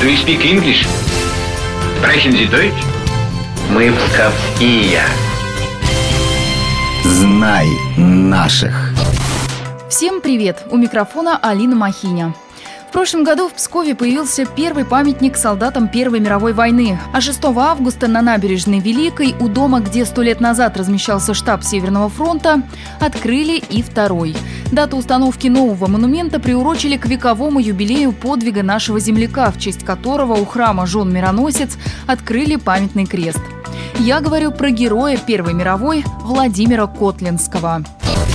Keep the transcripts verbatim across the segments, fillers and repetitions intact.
Do you speak English? Sprechen Sie Deutsch? Мы псковские. Знай наших. Всем привет! У микрофона Алина Махиня. В прошлом году в Пскове появился первый памятник солдатам Первой мировой войны. А шестого августа на набережной Великой, у дома, где сто лет назад размещался штаб Северного фронта, открыли и второй. Дату установки нового монумента приурочили к вековому юбилею подвига нашего земляка, в честь которого у храма Жон-Мироносец открыли памятный крест. Я говорю про героя Первой мировой Владимира Котлинского.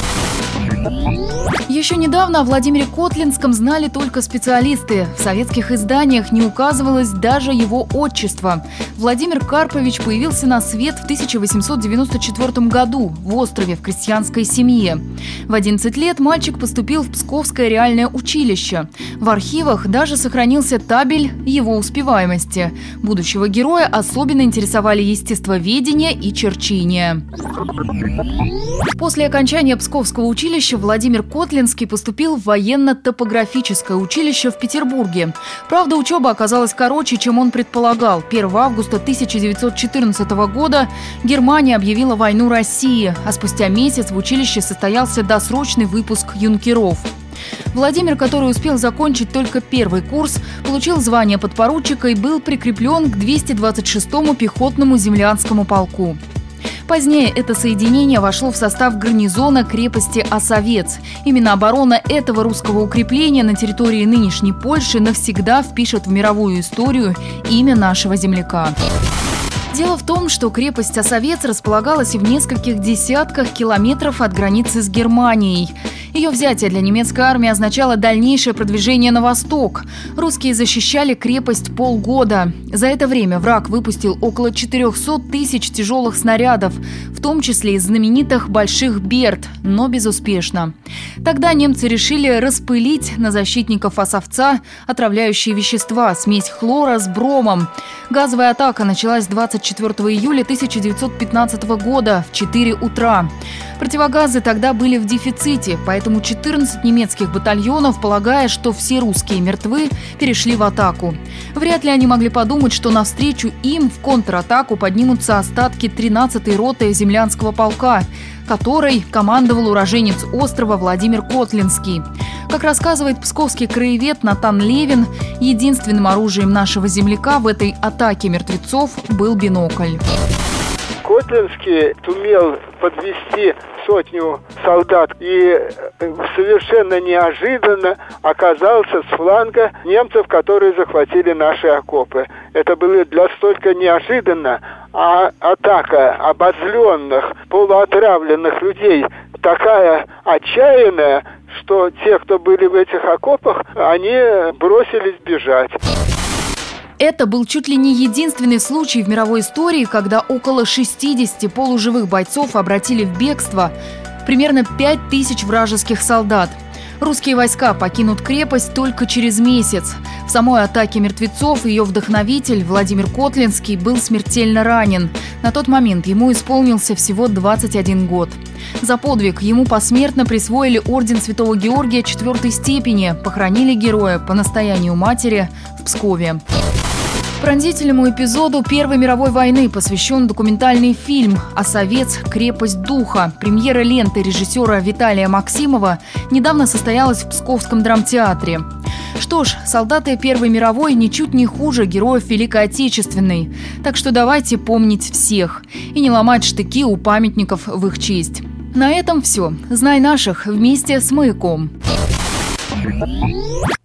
Еще недавно о Владимире Котлинском знали только специалисты. В советских изданиях не указывалось даже его отчество. Владимир Карпович появился на свет в тысяча восемьсот девяносто четвёртом году в острове в крестьянской семье. В одиннадцать лет мальчик поступил в Псковское реальное училище. В архивах даже сохранился табель его успеваемости. Будущего героя особенно интересовали естествоведение и черчение. После окончания Псковского училища Владимир Котлинский поступил в военно-топографическое училище в Петербурге. Правда, учеба оказалась короче, чем он предполагал. первого августа тысяча девятьсот четырнадцатого года Германия объявила войну России, а спустя месяц в училище состоялся досрочный выпуск юнкеров. Владимир, который успел закончить только первый курс, получил звание подпоручика и был прикреплен к двести двадцать шестому пехотному землянскому полку. Позднее это соединение вошло в состав гарнизона крепости Осовец. Именно оборона этого русского укрепления на территории нынешней Польши навсегда впишет в мировую историю имя нашего земляка. Дело в том, что крепость Осовец располагалась в нескольких десятках километров от границы с Германией. Ее взятие для немецкой армии означало дальнейшее продвижение на восток. Русские защищали крепость полгода. За это время враг выпустил около четырехсот тысяч тяжелых снарядов, в том числе из знаменитых «Больших Берд», но безуспешно. Тогда немцы решили распылить на защитников Осовца отравляющие вещества, смесь хлора с бромом. Газовая атака началась двадцать четвёртого июля тысяча девятьсот пятнадцатого года в четыре утра. Противогазы тогда были в дефиците, поэтому четырнадцать немецких батальонов, полагая, что все русские мертвы, перешли в атаку. Вряд ли они могли подумать, что навстречу им в контратаку поднимутся остатки тринадцатой роты землянского полка, которой командовал уроженец острова Владимир Котлинский. Как рассказывает псковский краевед Натан Левин, единственным оружием нашего земляка в этой атаке мертвецов был бинокль. Котлинский сумел подвести сотню солдат и совершенно неожиданно оказался с фланга немцев, которые захватили наши окопы. Это было настолько неожиданно, а атака обозленных, полуотравленных людей такая отчаянная, что те, кто были в этих окопах, они бросились бежать. Это был чуть ли не единственный случай в мировой истории, когда около шестидесяти полуживых бойцов обратили в бегство примерно пять тысяч вражеских солдат. Русские войска покинут крепость только через месяц. В самой атаке мертвецов ее вдохновитель Владимир Котлинский был смертельно ранен. На тот момент ему исполнился всего двадцать один год. За подвиг ему посмертно присвоили орден Святого Георгия четвертой степени, похоронили героя по настоянию матери в Пскове. Пронзительному эпизоду Первой мировой войны посвящен документальный фильм «Осовец. Крепость духа». Премьера ленты режиссера Виталия Максимова недавно состоялась в Псковском драмтеатре. Что ж, солдаты Первой мировой ничуть не хуже героев Великой Отечественной. Так что давайте помнить всех и не ломать штыки у памятников в их честь. На этом все. Знай наших вместе с «Маяком».